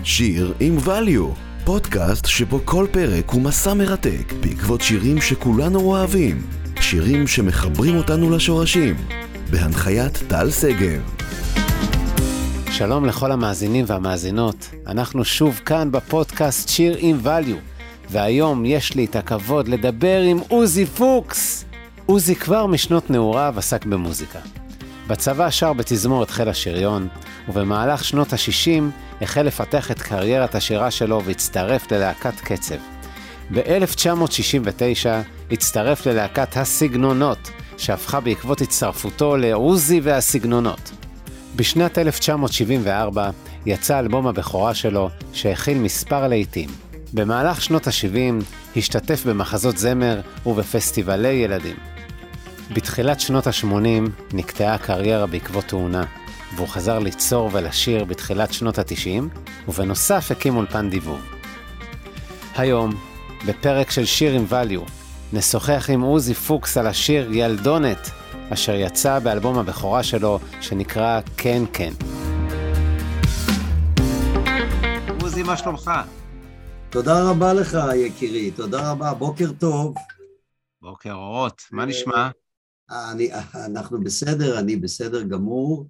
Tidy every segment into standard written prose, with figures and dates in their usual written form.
שיר עם value, פודקאסט שבו כל פרק הוא מסע מרתק בעקבות שירים שכולנו אוהבים, שירים שמחברים אותנו לשורשים, בהנחיית טל סגב. שלום לכל המאזינים והמאזינות, אנחנו שוב כאן בפודקאסט שיר עם value, והיום יש לי את הכבוד לדבר עם עוזי פוקס. עוזי כבר משנות נעוריו עסק במוזיקה. בצבא שר בתזמורת חיל השריון, ובמהלך שנות ה-60 החל לפתח את קריירת השירה שלו והצטרף ללהקת קצב. ב-1969 הצטרף ללהקת הסגנונות, שהפכה בעקבות הצטרפותו לעוזי והסגנונות. בשנת 1974 יצא אלבום הבכורה שלו שהכיל מספר להיטים. במהלך שנות ה-70 השתתף במחזות זמר ובפסטיבלי ילדים. בתחילת שנות ה-80 נקטעה הקריירה בעקבות תאונה, והוא חזר ליצור ולשיר בתחילת שנות ה-90, ובנוסף הקים אולפן דיבוב. היום, בפרק של שיר עם value, נשוחח עם עוזי פוקס על השיר ילדונת, אשר יצא באלבום הבכורה שלו שנקרא כן כן. עוזי, מה שלומך? תודה רבה לך יקירי, תודה רבה, בוקר טוב. בוקר אורות, מה נשמע? אנחנו בסדר, אני בסדר גמור,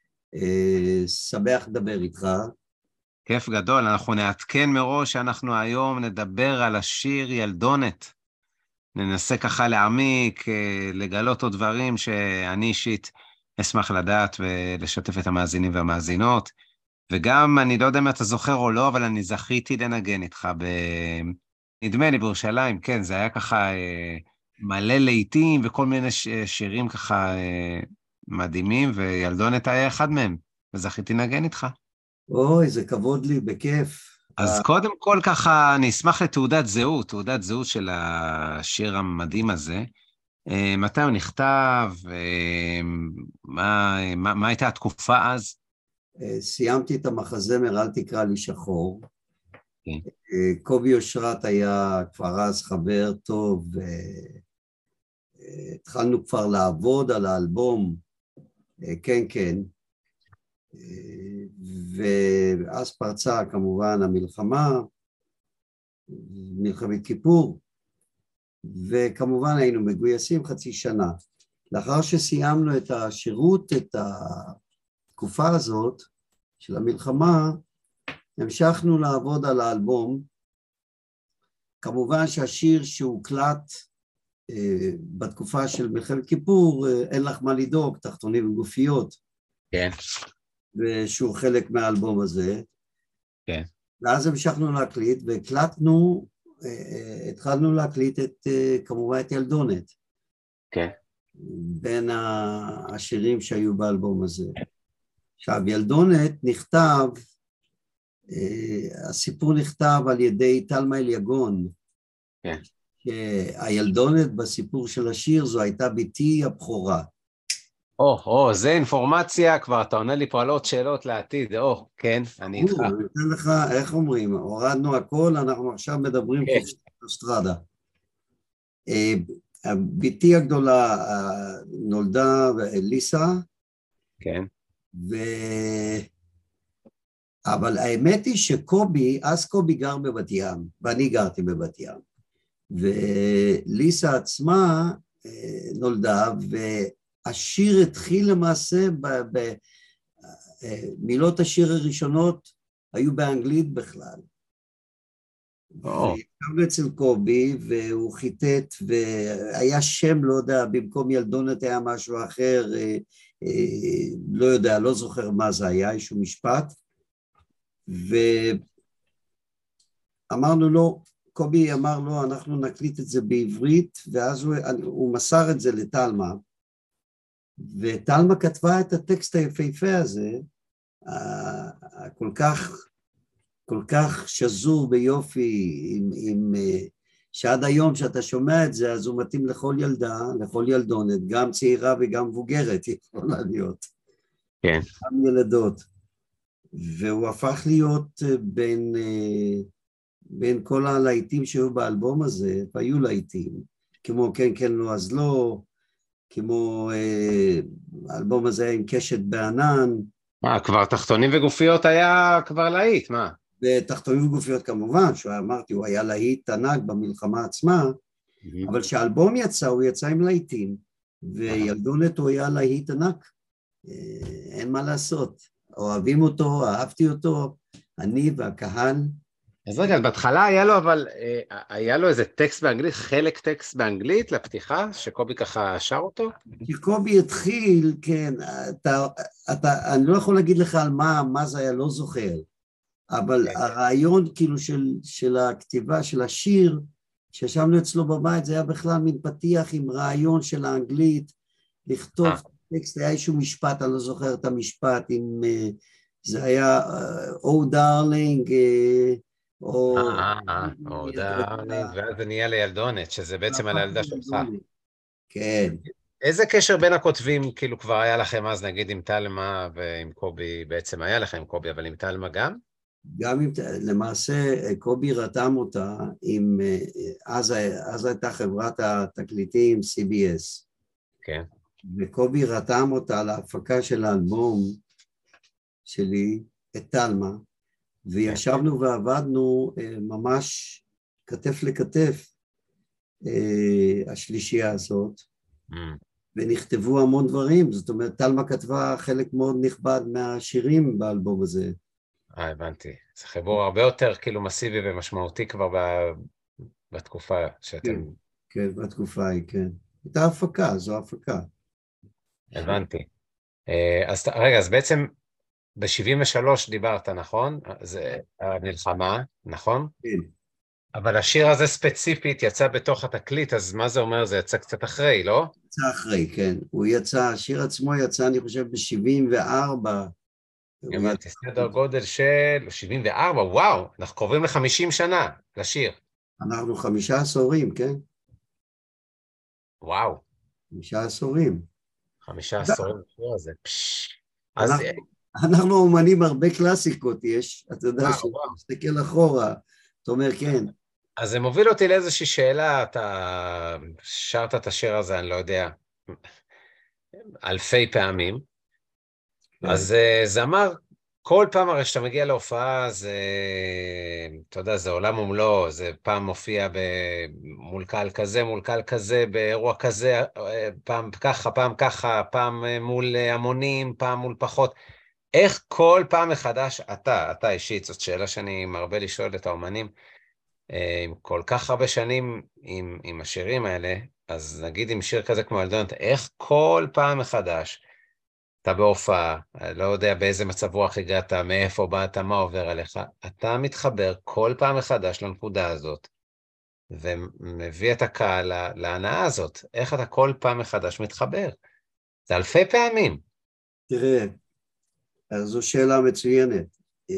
שמח לדבר איתך. כיף גדול, אנחנו נעדכן מראש שאנחנו היום נדבר על השיר ילדונת. ננסה ככה להעמיק, לגלות עוד דברים שאני אישית אשמח לדעת ולשתף את המאזינים והמאזינות. וגם, אני לא יודע אם אתה זוכר או לא, אבל אני זכיתי לנגן איתך נדמה לי בירושלים, כן, זה היה ככה מלא להיטים וכל מיני שירים ככה מדהימים, וילדונת היה אחד מהם, וזכיתי לנגן איתך. אוי, זה כבוד לי, בכיף. אז קודם כל ככה, אני אשמח לתעודת זהות של השיר המדהים הזה. מתי הוא נכתב? מה הייתה התקופה אז? סיימתי את המחזמר, אל תקרא לי שחור. קובי אושרת היה כבר אז חבר טוב, התחלנו כבר לעבוד על האלבום, כן כן, ואז פרצה כמובן המלחמה, מלחמת כיפור, וכמובן היינו מגויסים חצי שנה. לאחר שסיימנו את השירות, את התקופה הזאת של המלחמה, המשכנו לעבוד על האלבום. כמובן שהשיר שהוקלט בתקופה של מלחמת כיפור, אין לך מה לדאוג, תחתונים וגופיות. כן. ושהוא חלק מהאלבום הזה. כן. ואז המשכנו להקליט, והקלטנו, התחלנו להקליט כמובן את ילדונת. כן. בין השירים שהיו באלבום הזה. עכשיו, ילדונת נכתב, הסיפור נכתב על ידי תלמה אליגון. כן. הילדונת בסיפור של השיר זו הייתה ביתי הבכורה. זה אינפורמציה, כבר אתה עונה לי פה על עוד שאלות לעתיד, כן, אני איתך. אני אתן לך, איך אומרים, הורדנו הכל, אנחנו עכשיו מדברים אוסטרדה. ביתי הגדולה נולדה ליסה, כן. אבל האמת היא שקובי, אז קובי גר בבת ים, ואני גרתי בבת ים, וליסה עצמה נולדה, והשיר התחיל למעשה, מילות השיר הראשונות היו באנגלית בכלל. והיינו אצל קובי, והוא חיטט, והיה שם, לא יודע, במקום ילדונת היה משהו אחר, לא יודע, לא זוכר מה זה היה, איזשהו משפט, ואמרנו לו, קובי אמר לו, אנחנו נקליט את זה בעברית, ואז הוא מסר את זה לטלמה, וטלמה כתבה את הטקסט היפהפה הזה, כל כך שזור ביופי, שעד היום שאתה שומע את זה, אז הוא מתאים לכל ילדה, לכל ילדונת, גם צעירה וגם מבוגרת, יכולה להיות. כן. גם ילדות. והוא הפך להיות בין כל הלהיטים שהיו באלבום הזה, והיו להיטים, כמו כן כן לא אז לא, כמו האלבום הזה עם קשת בענן. כבר תחתונים וגופיות היה כבר להיט, מה? ותחתונים וגופיות כמובן, שאמרתי, הוא היה להיט ענק במלחמה עצמה, אבל כשהאלבום יצא, הוא יצא עם להיטים, וילדונת הוא היה להיט ענק, אין מה לעשות, אוהבים אותו, אהבתי אותו, אני והקהל. אז רגע, אז בהתחלה היה לו, אבל היה לו איזה טקסט באנגלית, חלק טקסט באנגלית לפתיחה, שקובי ככה שר אותו? כשקובי התחיל, כן, אני לא יכול להגיד לך על מה זה היה, לא זוכר, אבל הרעיון כאילו של הכתיבה, של השיר, שישבנו אצלו בבית, זה היה בכלל מין פתיח עם רעיון של האנגלית, לכתוב טקסט, היה איזשהו משפט, אני לא זוכר את המשפט, זה היה Oh darling, או דארלינג, ואז זה נהיה לילדונת, שזה בעצם על הילדה שלך. כן. איזה קשר בין הכותבים, כאילו כבר היה לכם אז, נגיד עם תלמה ועם קובי, בעצם היה לכם עם קובי, אבל עם תלמה גם? גם אם, למעשה, קובי רתם אותה עם, אז הייתה חברת התקליטים CBS. כן. וקובי רתם אותה להפקה של האלבום שלי, את תלמה, וישבנו ועבדנו ממש כתף לכתף, השלישייה הזאת, ונכתבו המון דברים, זאת אומרת, תלמה כתבה חלק מאוד נכבד מהשירים באלבום הזה. הבנתי. זה חיבור הרבה יותר כאילו מסיבי ומשמעותי כבר בתקופה שאתם... כן, בתקופה היא, כן. הייתה הפקה, זו הפקה. הבנתי. אז רגע, אז בעצם ב-73 דיברת, נכון? זה המלחמה, נכון? כן. אבל השיר הזה ספציפית יצא בתוך התקליט, אז מה זה אומר? זה יצא קצת אחרי, לא? יצא אחרי, כן. הוא יצא, השיר עצמו יצא, אני חושב, ב-74. הבנתי, סדר גודל של 74, וואו, אנחנו קרובים ל-50 שנה לשיר. אנחנו 5 עשורים, כן? וואו. 5 עשורים. 5 עשורים לשיר הזה. אנחנו אומנים הרבה קלאסיקות, יש, אתה יודע, שתסתכל אחורה, אתה אומר, כן. אז זה מוביל אותי לאיזושהי שאלה, אתה שרת את השיר הזה, אני לא יודע, אלפי פעמים, אז זה אמר, כל פעם הרי שאתה מגיע להופעה, זה, אתה יודע, זה עולם ומלואו, זה פעם מופיע מול קהל כזה, מול קהל כזה, באירוע כזה, פעם ככה, פעם מול המונים, פעם מול פחות. איך כל פעם מחדש, אתה אישית, זאת שאלה שאני מרבה לשאול את האומנים, עם כל כך הרבה שנים עם השירים האלה, אז נגיד עם שיר כזה כמו ילדונת, איך כל פעם מחדש, אתה בהופעה, לא יודע באיזה מצב רוח הגעת, מאיפה באת, מה עובר עליך, אתה מתחבר כל פעם מחדש לנקודה הזאת, ומביא את הקהל להנאה הזאת. איך אתה כל פעם מחדש מתחבר? זה אלפי פעמים. תראה, אז זו שאלה מצוינת.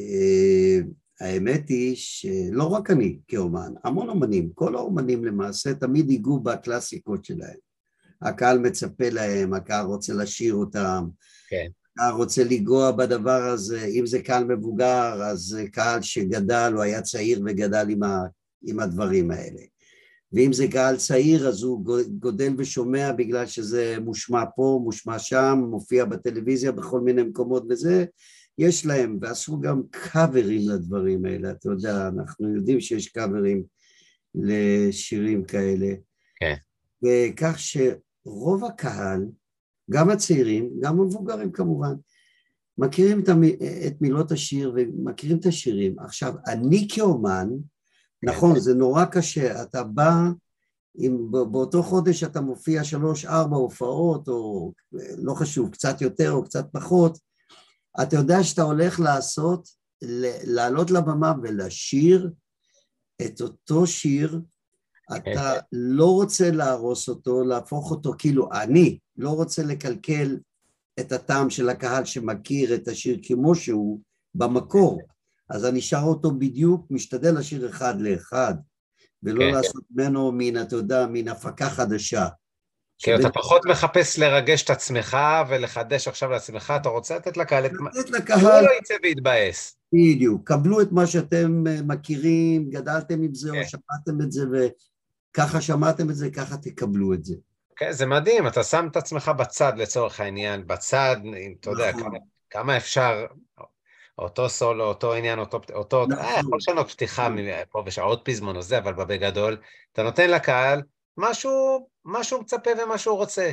האמת היא שלא רק אני כאומן, המון אומנים, כל האומנים למעשה תמיד ייגעו בקלאסיקות שלהם. הקהל מצפה להם, הקהל רוצה לשיר אותם, כן. הקהל רוצה לגוע בדבר הזה, אם זה קהל מבוגר, אז קהל שגדל, הוא היה צעיר וגדל עם הדברים האלה. ואם זה קהל צעיר, אז הוא גודל ושומע בגלל שזה מושמע פה, מושמע שם, מופיע בטלוויזיה בכל מיני מקומות וזה, יש להם, ועשו גם קאברים לדברים האלה, אתה יודע, אנחנו יודעים שיש קאברים לשירים כאלה. כן. וכך שרוב הקהל, גם הצעירים, גם המבוגרים כמובן, מכירים את מילות השיר ומכירים את השירים. עכשיו, אני כאומן, נכון, זה נורא קשה, אתה בא, באותו חודש אתה מופיע 3-4 הופעות, או לא חשוב, קצת יותר או קצת פחות, אתה יודע שאתה הולך לעלות לבמה ולשיר את אותו שיר, אתה לא רוצה להרוס אותו, להפוך אותו, כאילו אני לא רוצה לקלקל את הטעם של הקהל שמכיר את השיר כמו שהוא במקור, אז אני שר אותו בדיוק, משתדל לשיר אחד לאחד, ולא לעשות ממנו אתה יודע, מן הפקה חדשה. כי אתה פחות מחפש לרגש את עצמך ולחדש עכשיו לעצמך, אתה רוצה לתת לקהל את מה... שהוא לא יצא ויתבאס. בדיוק, קבלו את מה שאתם מכירים, גדלתם עם זה או שמעתם את זה, וככה שמעתם את זה, ככה תקבלו את זה. כן, זה מדהים, אתה שם את עצמך בצד לצורך העניין, בצד, אתה יודע, כמה אפשר... אותו סולו, אותו עניין, יכול לשנות פתיחה פה ושעות פזמון או זה, אבל בגדול, אתה נותן לקהל משהו מצפה ומה שהוא רוצה.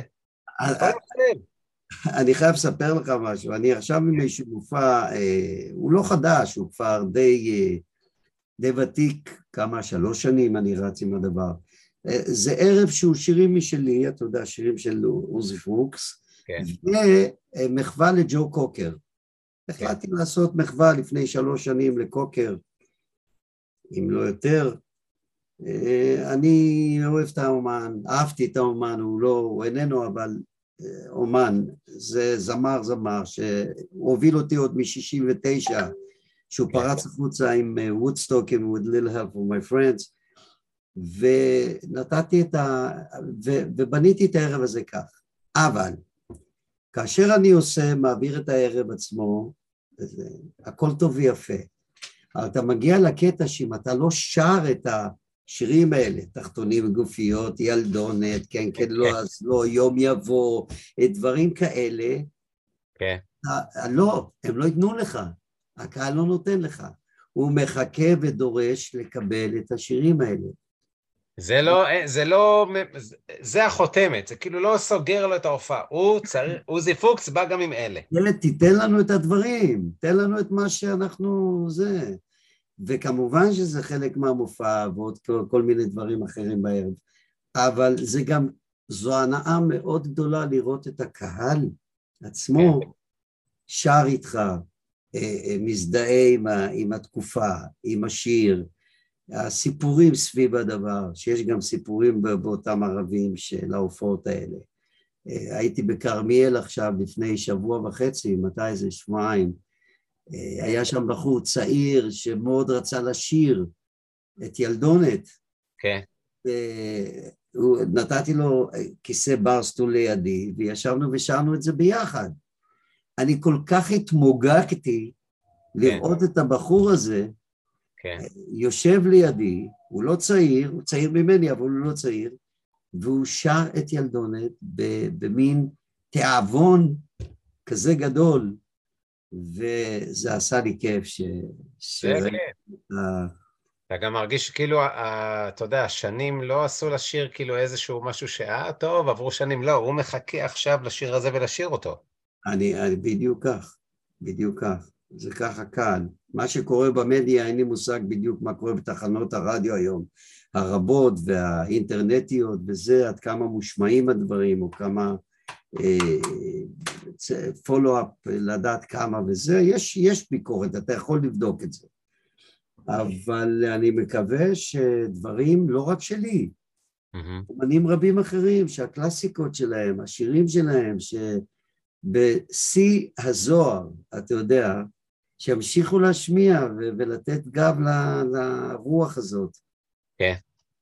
אני חייב לספר לך משהו, אני עכשיו עם איזשהו מופע, הוא לא חדש, הוא כבר די ותיק, 3 שנים אני רץ עם הדבר. זה ערב שהוא שירים משלי, אתה יודע, שירים של עוזי פוקס, ומחווה לג'ו קוקר. החלטתי לעשות מחווה לפני 3 שנים לקוקר, אם לא יותר. אני אוהב את האומן, אהבתי את האומן, הוא איננו, אבל אומן, זה זמר שהוא הוביל אותי עוד מ-69, שהוא פרץ החוצה עם וודסטוק, עם With Little Help from My Friends, ונתתי ובניתי את הערב הזה כך. אבל כאשר אני מעביר את הערב עצמו, הכל טוב ויפה, אבל אתה מגיע לקטע שאם אתה לא שר את השירים האלה, תחתונים וגופיות, ילדונת, כן, לא, אז לא, יום יבוא, דברים כאלה, לא, הם לא ייתנו לך, הקהל לא נותן לך, הוא מחכה ודורש לקבל את השירים האלה. זה החותמת, זה כאילו לא סוגר לו את ההופעה, עוזי פוקס בא גם עם אלה. תיתן לנו את הדברים, תן לנו את מה שאנחנו, וכמובן שזה חלק מהמופע ועוד כל מיני דברים אחרים בערב, אבל זו הנאה מאוד גדולה לראות את הקהל עצמו שר איתך, מזדהה עם התקופה, עם השיר, הסיפורים סביב הדבר, שיש גם סיפורים באותם ערבים של ההופעות האלה. הייתי בכרמיאל עכשיו לפני 1.5 שבוע, מתי זה 2 שבועות, היה שם בחור צעיר שמאוד רצה לשיר את ילדונת. כן. נתתי לו כיסא בר סטול לידי, וישבנו ושרנו את זה ביחד. אני כל כך התמוגגתי לראות את הבחור הזה, יושב לידי, הוא לא צעיר, הוא צעיר ממני, אבל הוא לא צעיר, והוא שר את ילדונת במין תיאבון כזה גדול, וזה עשה לי כיף אתה גם מרגיש כאילו, אתה יודע, השנים לא עשו לשיר כאילו איזשהו משהו טוב, עברו שנים, לא, הוא מחכה עכשיו לשיר הזה ולשיר אותו. אני בדיוק כך, זה ככה כאן. מה שקורה במדיה, אין לי מושג בדיוק מה קורה בתחנות הרדיו היום, הרבות והאינטרנטיות וזה, עד כמה מושמעים הדברים, או כמה פולו-אפ, לדעת כמה וזה, יש ביקורת, אתה יכול לבדוק את זה. אבל אני מקווה שדברים לא רק שלי, אומנים רבים אחרים, שהקלאסיקות שלהם, השירים שלהם, שבשיא הזוהר, אתה יודע, שימשיכו להשמיע ולתת גב לרוח הזאת. כן.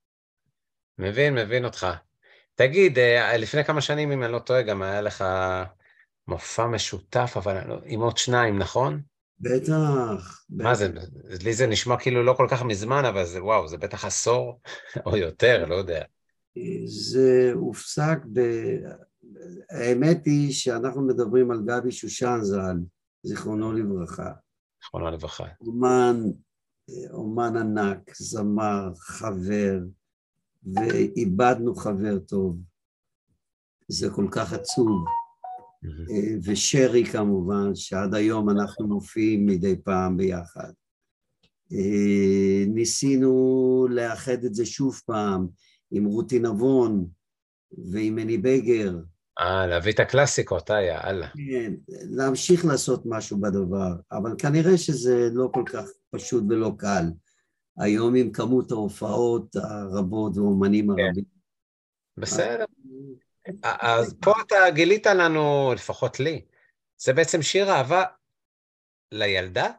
מבין אותך. תגיד, לפני כמה שנים, אם אני לא טועה, גם היה לך מופע משותף, אבל עם עוד 2, נכון? בטח. מה זה? לי זה נשמע כאילו לא כל כך מזמן, אבל זה, וואו, זה בטח עשור או יותר, לא יודע. זה הופסק האמת היא שאנחנו מדברים על גבי שושן ז"ל, זיכרונו לברכה. זיכרונו לברכה. אומן ענק, זמר, חבר, ואיבדנו חבר טוב. זה כל כך עצוב. ושרי כמובן, שעד היום אנחנו מופיעים מדי פעם ביחד. ניסינו לאחד את זה שוב פעם עם רותי נבון ועם מני בגר. להביא את הקלאסיקות, יאללה. כן, להמשיך לעשות משהו בדבר, אבל כנראה שזה לא כל כך פשוט ולא קל. היום עם כמות ההופעות הרבות ואומנים הרבים. בסדר. אז פה אתה גילית לנו, לפחות לי, זה בעצם שיר אהבה לילדה?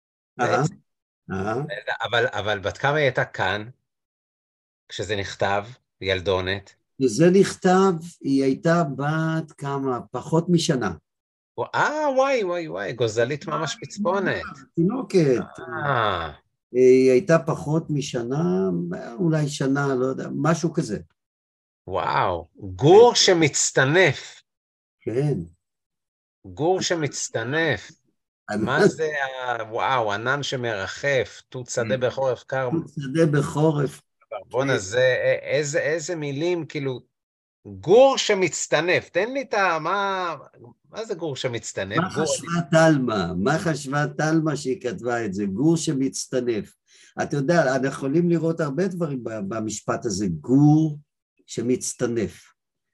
אבל בת כמה היא הייתה כאן, כשזה נכתב, ילדונת? כשזה נכתב, היא הייתה בת כמה, פחות משנה. וואי, גוזלית ממש פצפונת. תינוקת. היא הייתה פחות משנה, אולי שנה, לא יודע, משהו כזה. וואו, גור שמצטנף. כן. גור שמצטנף. מה זה, וואו, ענן שמרחף, תות שדה בחורף קר. תות שדה בחורף. בוא'נה, זה, איזה מילים, כאילו, גור שמצטנף, תן לי את ה... מה זה גור שמצטנף? מה חשבה תלמה? מה חשבה תלמה שהיא כתבה את זה? גור שמצטנף. אתה יודע, אנחנו יכולים לראות הרבה דברים במשפט הזה, גור שמצטנף.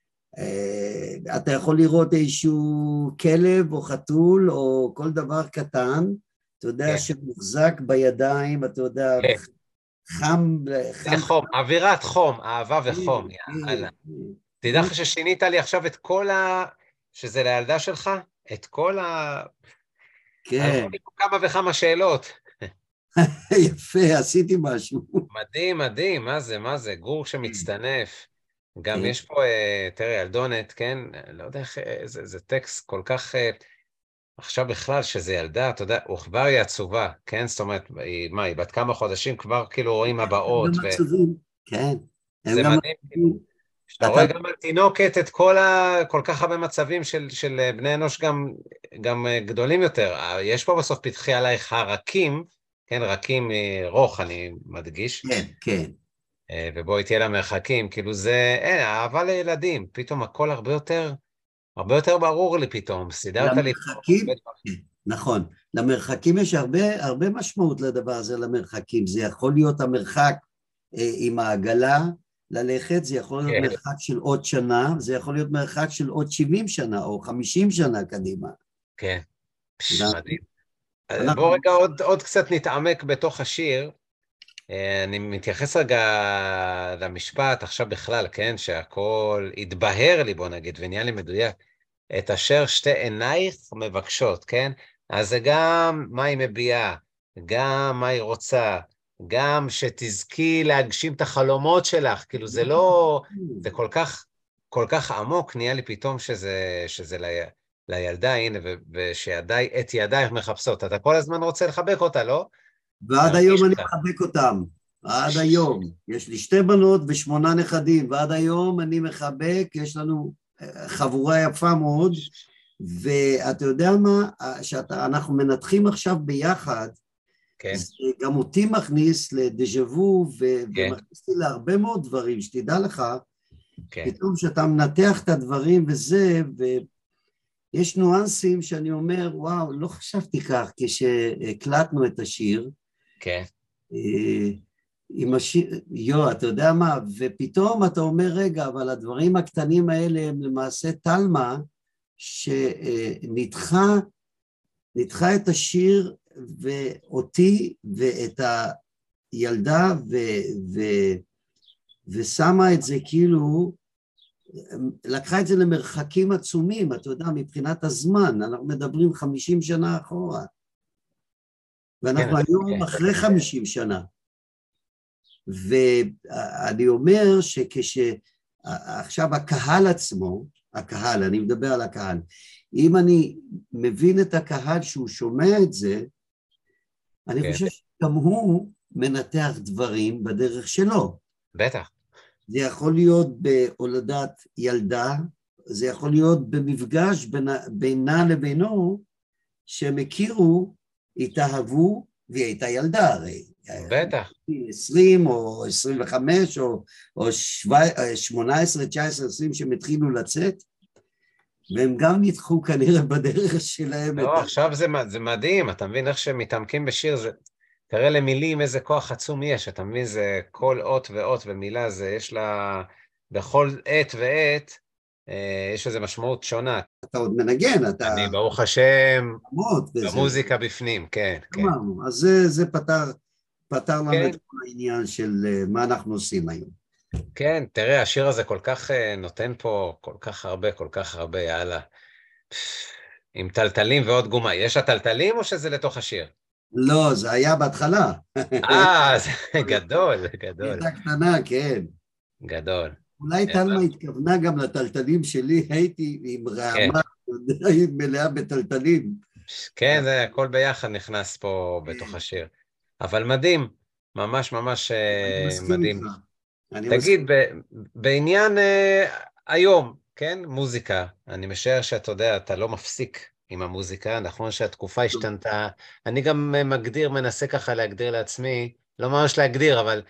אתה יכול לראות איזשהו כלב או חתול או כל דבר קטן, אתה יודע, שמוחזק בידיים, אתה יודע, חם. זה חום, אווירת חום, אהבה וחום, יאללה. תדע לך ששינית לי עכשיו את כל שזה לילדה שלך, את כל כן. כמה וכמה שאלות. יפה, עשיתי משהו. מדהים, מדהים, מה זה, גור שמצטנף. גם יש פה, תראה, ילדונת, כן? לא יודע איך, זה טקסט כל כך, עכשיו בכלל שזה ילדה, אתה יודע, וכבר היא עצובה, כן? זאת אומרת, היא בת כמה חודשים, כבר כאילו רואים הבאות. הם עצובים, כן. זה מדהים, שאתה רואה גם על תינוקת את כל כך הרבה מצבים של בני אנוש גם גדולים יותר. יש פה בסוף פתחי עלייך הרקים, כן, רקים רוח, אני מדגיש. כן, כן. ובואי תהיה למרחקים, כאילו זה, אהבה לילדים, פתאום הכל הרבה יותר ברור לי פתאום, סידרת לי. למרחקים, נכון, למרחקים יש הרבה משמעות לדבר הזה, למרחקים, זה יכול להיות המרחק עם העגלה ללכת, זה יכול להיות מרחק של עוד שנה, זה יכול להיות מרחק של עוד 70 שנה או 50 שנה קדימה. כן, מדהים. בואו רגע עוד קצת נתעמק בתוך השיר, אני מתייחס רגע למשפט עכשיו בכלל, כן, שהכל התבהר לי, בוא נגיד, ונהיה לי מדויק, את אשר שתי עינייך מבקשות, כן? אז זה גם מה היא מביעה, גם מה היא רוצה, גם שתזכי להגשים את החלומות שלך, כאילו זה לא, זה כל כך עמוק, נהיה לי פתאום שזה לילדה, הנה, ושאת ידייך מחפשות, אתה כל הזמן רוצה לחבק אותה, לא? ועד היום אני מחבק אותם, עד היום, יש לי 2 בנות ו8 נכדים, ועד היום אני מחבק, יש לנו חבורה יפה מאוד, ואתה יודע מה, שאנחנו מנתחים עכשיו ביחד, כן. זה גם אותי מכניס לדז'וו, ומכניס לי להרבה מאוד דברים, שתדע לך, כן. פתאום שאתה מנתח את הדברים וזה, ויש ניואנסים שאני אומר, וואו, לא חשבתי כך כשהקלטנו את השיר, כן. עם השיר, אתה יודע מה, ופתאום אתה אומר, רגע, אבל הדברים הקטנים האלה הם למעשה תלמה, שנדחה את השיר ואותי ואת הילדה ושמה את זה כאילו, לקחה את זה למרחקים עצומים, אתה יודע, מבחינת הזמן, אנחנו מדברים 50 שנה אחורה, ואנחנו היום אחרי 50 שנה. ואני אומר עכשיו הקהל עצמו, אני מדבר על הקהל, אם אני מבין את הקהל שהוא שומע את זה, אני חושב שגם הוא מנתח דברים בדרך שלו. בטח. זה יכול להיות בהולדת ילדה, זה יכול להיות במפגש בינה לבינו, שהם הכירו, התאהבו, והיא הייתה ילדה הרי. בטח. 20 או 25 או 18, 19, 20 שהם התחילו לצאת, והם גם נדחו כנראה בדרך שלהם. לא, עכשיו זה מדהים, אתה מבין איך שמתעמקים בשיר, תראה למילים איזה כוח עצום יש, אתה מבין, זה כל אות ואות ומילה, זה יש לה, בכל עת ועת, יש איזו משמעות שונה. אתה עוד מנגן, אני ברוך השם, במוזיקה בפנים, כן. אז זה פתר לנו את כל העניין של מה אנחנו עושים היום. כן, תראה, השיר הזה כל כך נותן פה כל כך הרבה, יאללה. עם טלטלים ועוד גומה. יש הטלטלים או שזה לתוך השיר? לא, זה היה בהתחלה. זה גדול. הייתה קטנה, כן. גדול. אולי תלמה התכוונה גם לטלטלים שלי, הייתי עם רעמה, מלאה בטלטלים. כן, זה הכל ביחד נכנס פה בתוך השיר. אבל מדהים, ממש מדהים. תגיד, בעניין היום, כן, מוזיקה, אני משער שאתה יודע, אתה לא מפסיק עם המוזיקה, נכון שהתקופה השתנתה, אני גם מנסה ככה להגדיר לעצמי, לא ממש להגדיר, אבל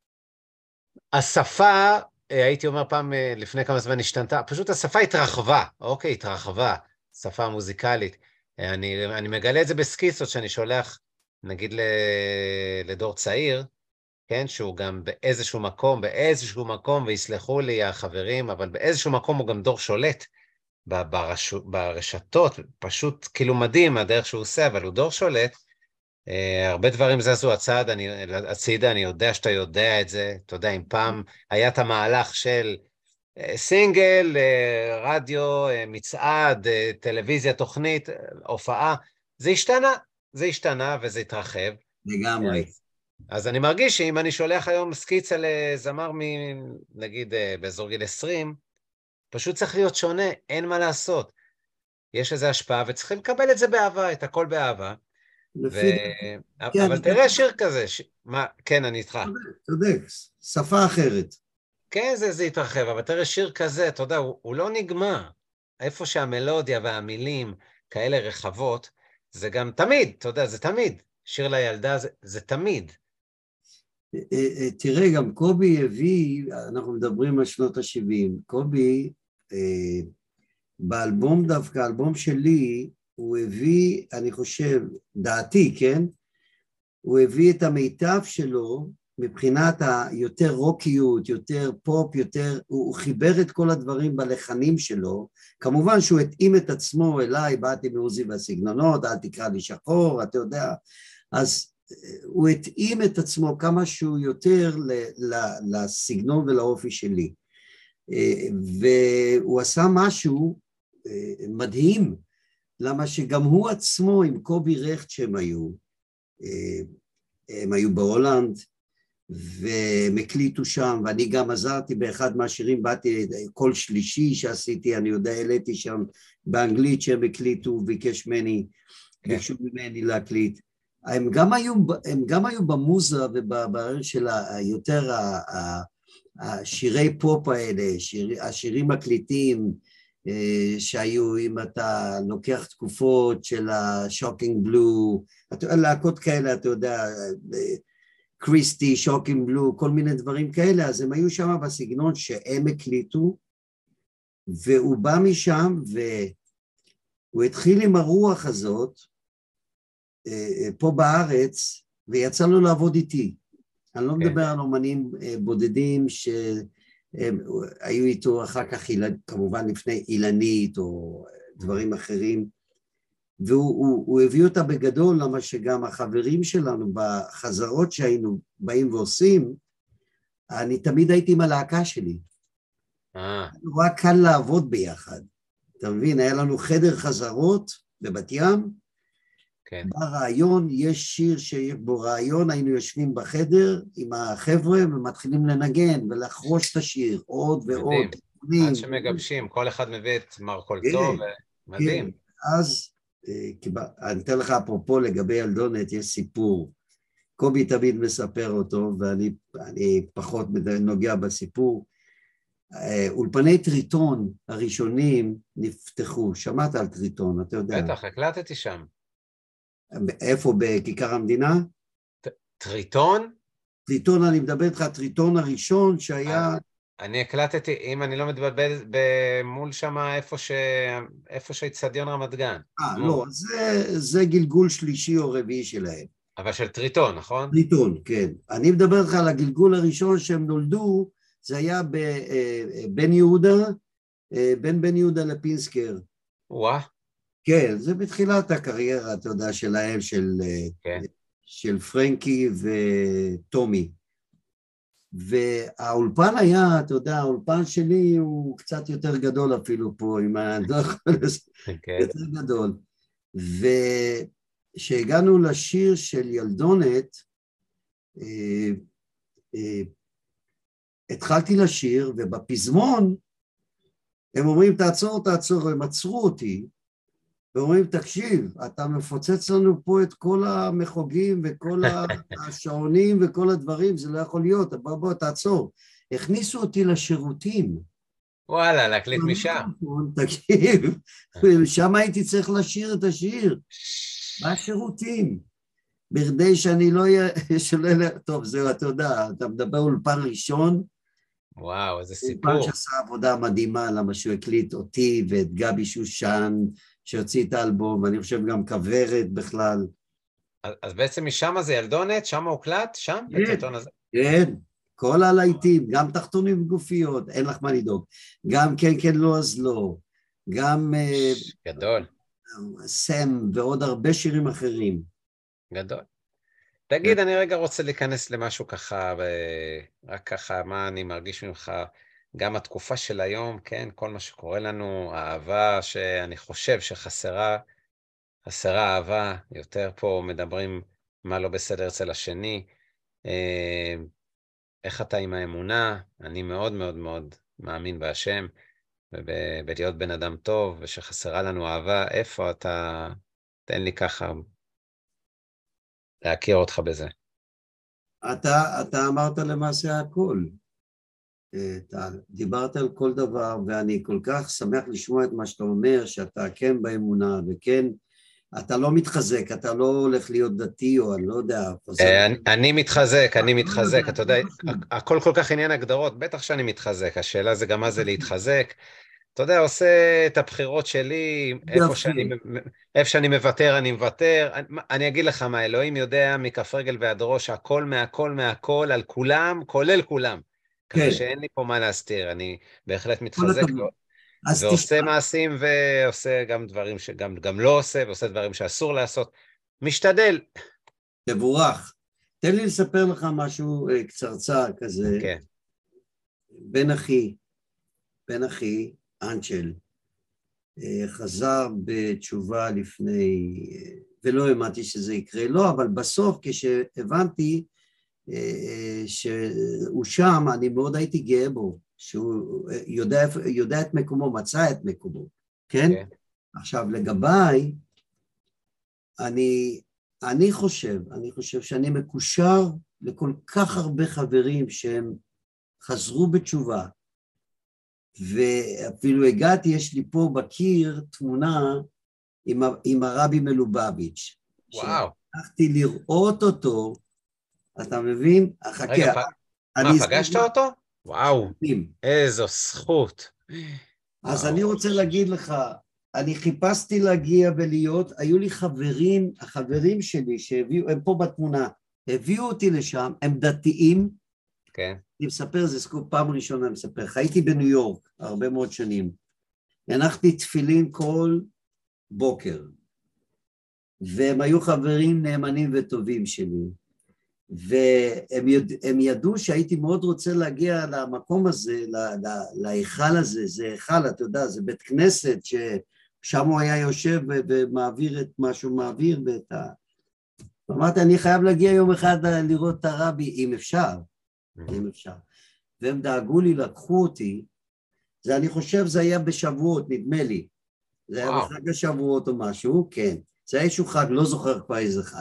השפה, הייתי אומר פעם לפני כמה זמן השתנתה, פשוט השפה התרחבה, אוקיי, התרחבה, שפה מוזיקלית. אני מגלה את זה בסקיצות שאני שולח, נגיד לדור צעיר, כן, שהוא גם באיזשהו מקום, ויסלחו לי החברים, אבל באיזשהו מקום הוא גם דור שולט ברשתות, פשוט כאילו מדהים הדרך שהוא עושה, אבל הוא דור שולט, הרבה דברים זזו הצידה, אני יודע שאתה יודע את זה, אתה יודע, אם פעם היה את המהלך של סינגל, רדיו, מצעד, טלוויזיה, תוכנית, הופעה, זה השתנה וזה התרחב. לגמרי. אז אני מרגיש שאם אני שולח היום סקיצה לזמר נגיד באזור גיל 20, פשוט צריך להיות שונה, אין מה לעשות. יש איזו השפעה וצריכים לקבל את זה באהבה, את הכל באהבה. אבל תראה שיר כזה, כן, אני איתך. צודק, שפה אחרת. כן, זה התרחב, אבל תראה שיר כזה, אתה יודע, הוא לא נגמר. איפה שהמלודיה והמילים כאלה רחבות, זה גם תמיד, אתה יודע, זה תמיד. שיר לילדה זה תמיד. תראה, גם קובי הביא, אנחנו מדברים על שנות ה-70, קובי, באלבום דווקא, האלבום שלי, הוא הביא, אני חושב, דעתי, כן? הוא הביא את המיטב שלו, מבחינת היותר רוקיות, יותר פופ, הוא חיבר את כל הדברים בלחנים שלו, כמובן שהוא התאים את עצמו אליי, באתי מעוזי והסגנונות, אל תקרא לי שחור, אתה יודע, אז הוא התאים את עצמו כמה שהוא יותר לסגנון ולאופי שלי, והוא עשה משהו מדהים, למה שגם הוא עצמו עם קובי רכט שהם היו בהולנד, והם הקליטו שם, ואני גם עזרתי באחד מהשירים, באתי כל שלישי שעשיתי, אני יודע, העליתי שם באנגלית שהם הקליטו, ביקשו ממני להקליט. הם גם היו במוזה ובברר של יותר השירי פופ האלה, השירים הקליטים שהיו, אם אתה לוקח תקופות של השוקינג בלו, להקות כאלה, אתה יודע, קריסטי, שוקינג בלו, כל מיני דברים כאלה, אז הם היו שם בסגנון שהם הקליטו, והוא בא משם והוא התחיל עם הרוח הזאת, פה בארץ, ויצא לו לעבוד איתי. אני לא מדבר על אומנים בודדים שהיו איתו אחר כך, כמובן לפני אילנית או דברים אחרים, והוא הביא אותה בגדול, למה שגם החברים שלנו בחזרות שהיינו באים ועושים, אני תמיד הייתי עם הלהקה שלי. נורא קל לעבוד ביחד. אתה מבין, היה לנו חדר חזרות בבת ים, כן. ברעיון, יש שיר שבו רעיון, היינו יושבים בחדר עם החבר'ה ומתחילים לנגן ולחרוש את השיר עוד ועוד. מדהים, עד שמגבשים, כל אחד מביא את מרכולתו, מדהים. אז אני אתן לך אפרופו לגבי ילדונת, יש סיפור, קובי תמיד מספר אותו ואני פחות נוגע בסיפור. אולפני טריטון הראשונים נפתחו, שמעת על טריטון, אתה יודע? בטח, הקלטתי שם. איפה, בכיכר המדינה? טריטון? טריטון, אני מדבר איתך, טריטון הראשון שהיה... אני הקלטתי, אם אני לא מתבלבל, במול שם איפה שהצדיון רמת גן. לא, זה גלגול שלישי או רביעי שלהם. אבל של טריטון, נכון? טריטון, כן. אני מדבר איתך על הגלגול הראשון שהם נולדו, זה היה בבן יהודה, בין בן יהודה לפינסקר. וואה. כן, זה בתחילת הקריירה, אתה יודע, שלהם, של פרנקי וטומי. והאולפן היה, אתה יודע, האולפן שלי הוא קצת יותר גדול אפילו פה, עם יותר גדול. וכשהגענו לשיר של ילדונת, התחלתי לשיר, ובפזמון הם אומרים, תעצור, הם עצרו אותי, ואומרים, תקשיב, אתה מפוצץ לנו פה את כל המחוגים וכל השעונים וכל הדברים, זה לא יכול להיות, בוא, תעצור. הכניסו אותי לשירותים, וואלה, להקליט משם. תקשיב, שם הייתי צריך לשיר את השיר. מה השירותים? בכדי שאני לא אהיה, טוב, זהו, אתה יודע, אתה מדבר אולפן ראשון, וואו, איזה אולפן סיפור. שעשה עבודה מדהימה, למה שהוא הקליט אותי ואת גבי שושן, שהוציא את האלבום, ואני חושב גם כוורת בכלל. אז בעצם משם זה ילדונת, שם הוקלט, שם, בתיאטרון הזה? כן, כל הלהיטים, גם תחתונים וגופיות, אין לך מה לדאוג. גם כן כן לא אז לא, גם גדול. סם ועוד הרבה שירים אחרים. גדול. תגיד, אני רגע רוצה להיכנס למשהו ככה, רק ככה, מה אני מרגיש ממך, גם התקופה של היום, כן, כל מה שקורה לנו, האהבה שאני חושב שחסרה, חסרה אהבה, יותר פה מדברים מה לא בסדר אצל השני, איך אתה עם האמונה, אני מאוד מאוד מאוד מאמין בהשם, ובלהיות בן אדם טוב, ושחסרה לנו אהבה, איפה אתה, תן לי ככה, להכיר אותך בזה. אתה אמרת למעשה הכל. אתה דיברת על כל דבר, ואני כל כך שמח לשמוע את מה שאתה אומר, שאתה כן באמונה, וכן, אתה לא מתחזק, אתה לא הולך להיות דתי, או אני לא יודע, אני מתחזק, אתה יודע, הכל כל כך עניין הגדרות, בטח שאני מתחזק, השאלה זה גם מה זה להתחזק, אתה יודע, עושה את הבחירות שלי, איפה שאני מוותר, אני מוותר, אני אגיד לך מה, אלוהים יודע מכף רגל ועד ראש, הכל מהכל מהכל, על כולם, כולל כולם, ככה שאין לי פה מה להסתיר, אני בהחלט מתחזק, ועושה מעשים, ועושה גם דברים שגם לא עושה, ועושה דברים שאסור לעשות, משתדל. תבורך. תן לי לספר לך משהו קצרצר כזה. כן. בן אחי, אנצ'ל, חזר בתשובה לפני, ולא האמנתי שזה יקרה לו, אבל בסוף כשהבנתי שהוא שם, אני מאוד הייתי גאה בו, שהוא יודע את מקומו, מצא את מקומו, כן? עכשיו לגביי, אני חושב שאני מקושר לכל כך הרבה חברים שהם חזרו בתשובה, ואפילו הגעתי, יש לי פה בקיר תמונה עם הרבי מלובביץ'. וואו. שהלכתי לראות אותו, אתה מבין? רגע, מה, פגשת אותו? וואו, איזו זכות. אז אני רוצה להגיד לך, אני חיפשתי להגיע ולהיות, היו לי חברים, החברים שלי שהביאו, הם פה בתמונה, הביאו אותי לשם, הם דתיים, כן. אני מספר, זה סקופ פעם ראשונה, אני מספר, חייתי בניו יורק הרבה מאוד שנים, הנחתי תפילין כל בוקר, והם היו חברים נאמנים וטובים שלי, והם ידעו שהייתי מאוד רוצה להגיע למקום הזה, להיכל הזה, זה היכל, אתה יודע, זה בית כנסת, ששם הוא היה יושב ומעביר את מה שהוא מעביר, אמרתי, אני חייב להגיע יום אחד לראות את הרבי, אם אפשר, והם דאגו לי, לקחו אותי, זה אני חושב זה היה בשבועות, נדמה לי, זה היה בחג השבועות או משהו, כן, זה היה איזשהו חג, לא זוכר כבר איזה חג,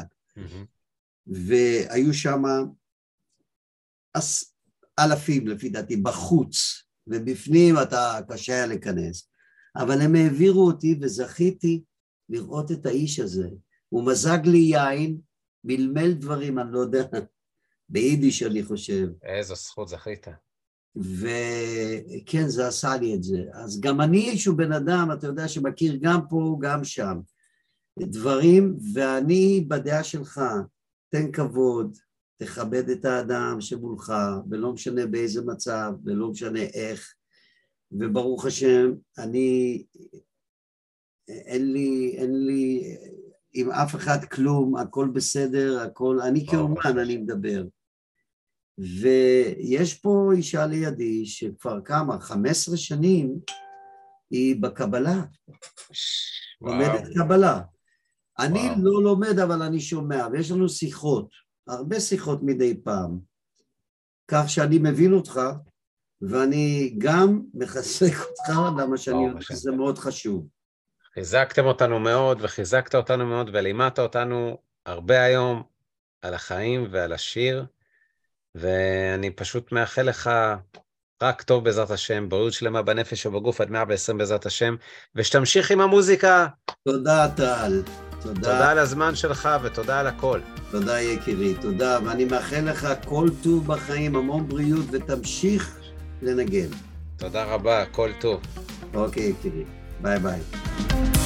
והיו שם אלפים לפי דעתי בחוץ, ובפנים אתה קשה היה להיכנס, אבל הם העבירו אותי וזכיתי לראות את האיש הזה, הוא מזג לי יין, מלמל דברים, אני לא יודע, ביידיש אני חושב. איזו זכות זכית. וכן, זה עשה לי את זה. אז גם אני איזשהו בן אדם, אתה יודע, שמכיר גם פה, גם שם. דברים, ואני בדעה שלך, תן כבוד, תכבד את האדם שמולך, ולא משנה באיזה מצב, ולא משנה איך. וברוך השם, אין לי עם אף אחד כלום, הכל בסדר, הכל, אני כאומן אני מדבר. ויש פה אישה לידי שכבר כמה, 15 שנים, היא בקבלה. לומדת קבלה. אני לא לומד, אבל אני שומע, ויש לנו שיחות, הרבה שיחות מדי פעם, כך שאני מבין אותך, ואני גם מחזק אותך, למה שאני יודע שזה מאוד חשוב. חיזקתם אותנו מאוד, וחיזקת אותנו מאוד, ולימדת אותנו הרבה היום על החיים ועל השיר, ואני פשוט מאחל לך רק טוב בעזרת השם, בריאות שלמה בנפש ובגוף עד 120 בעזרת השם, ושתמשיך עם המוזיקה. תודה, טל. תודה על הזמן שלך ותודה על הכל. תודה יקירי, תודה, ואני מאחל לך כל טוב בחיים, המון בריאות, ותמשיך לנגן. תודה רבה, כל טוב. אוקיי יקירי, ביי ביי.